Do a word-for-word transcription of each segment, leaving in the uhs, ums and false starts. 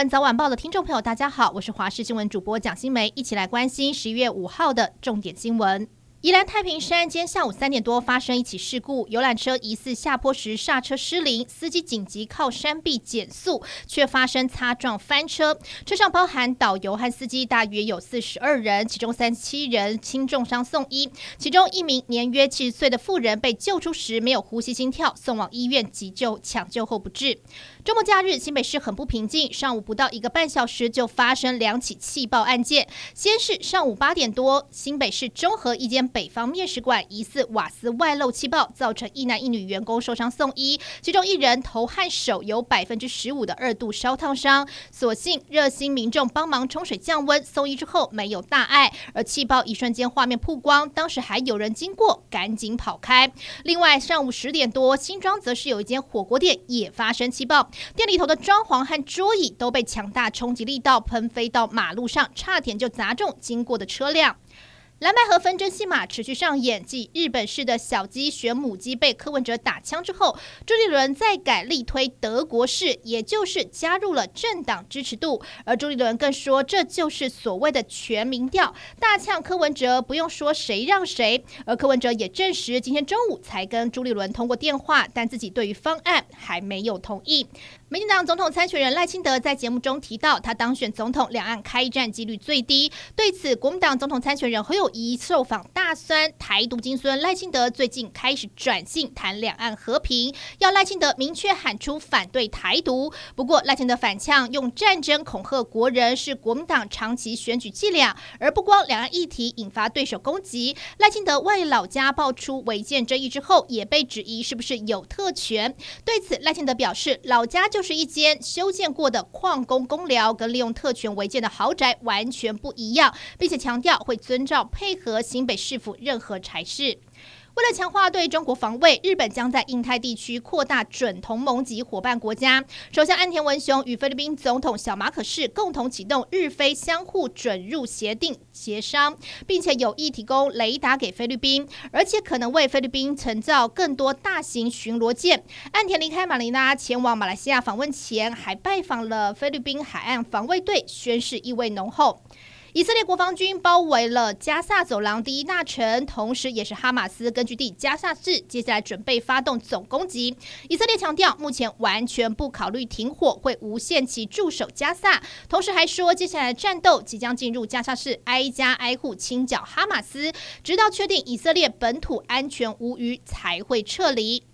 闻早晚报的听众朋友，大家好，我是华视新闻主播蒋欣梅，一起来关心十一月五号的重点新闻。宜兰太平山今天下午三点多发生一起事故，游览车疑似下坡时刹车失灵，司机紧急靠山壁减速，却发生擦撞翻车。车上包含导游和司机，大约有四十二人，其中三十七人轻重伤送医，其中一名年约七十岁的妇人被救出时没有呼吸心跳，送往医院急救，抢救后不治。周末假日，新北市很不平静，上午不到一个半小时就发生两起气爆案件。先是上午八点多，新北市中和一间北方面食馆疑似瓦斯外漏气爆，造成一男一女员工受伤送医，其中一人头和手有百分之十五的二度烧烫伤，所幸热心民众帮忙冲水降温，送医之后没有大碍。而气爆一瞬间画面曝光，当时还有人经过，赶紧跑开。另外，上午十点多，新庄则是有一间火锅店也发生气爆。店里头的装潢和桌椅都被强大冲击力道喷飞到马路上，差点就砸中经过的车辆。蓝白河纷争戏码持续上演，继日本式的小鸡选母鸡被柯文哲打枪之后，朱立伦再改力推德国式，也就是加入了政党支持度。而朱立伦更说，这就是所谓的全民调，大呛柯文哲不用说谁让谁。而柯文哲也证实，今天中午才跟朱立伦通过电话，但自己对于方案还没有同意。民进党总统参选人赖清德在节目中提到，他当选总统，两岸开战几率最低。对此，国民党总统参选人侯友宜受访大酸台独金孙赖清德最近开始转性谈两岸和平，要赖清德明确喊出反对台独。不过赖清德反呛，用战争恐吓国人是国民党长期选举伎俩，而不光两岸议题引发对手攻击。赖清德外老家爆出违建争议之后，也被质疑是不是有特权。对此，赖清德表示，老家就是一间修建过的矿工公寮，跟利用特权违建的豪宅完全不一样，并且强调会遵照配合新北市府任何差事。为了强化对中国防卫，日本将在印太地区扩大准同盟及伙伴国家。首相岸田文雄与菲律宾总统小马可仕共同启动日菲相互准入协定协商，并且有意提供雷达给菲律宾，而且可能为菲律宾承造更多大型巡逻舰。岸田离开马尼拉前往马来西亚访问前，还拜访了菲律宾海岸防卫队，宣誓意味浓厚。以色列国防军包围了加萨走廊第一大城，同时也是哈马斯根据地加萨市，接下来准备发动总攻击。以色列强调，目前完全不考虑停火，会无限期驻守加萨，同时还说，接下来的战斗即将进入加萨市，挨家挨户清剿哈马斯，直到确定以色列本土安全无虞才会撤离。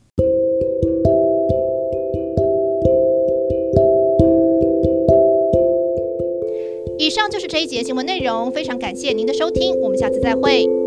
以上就是这一节新闻内容，非常感谢您的收听，我们下次再会。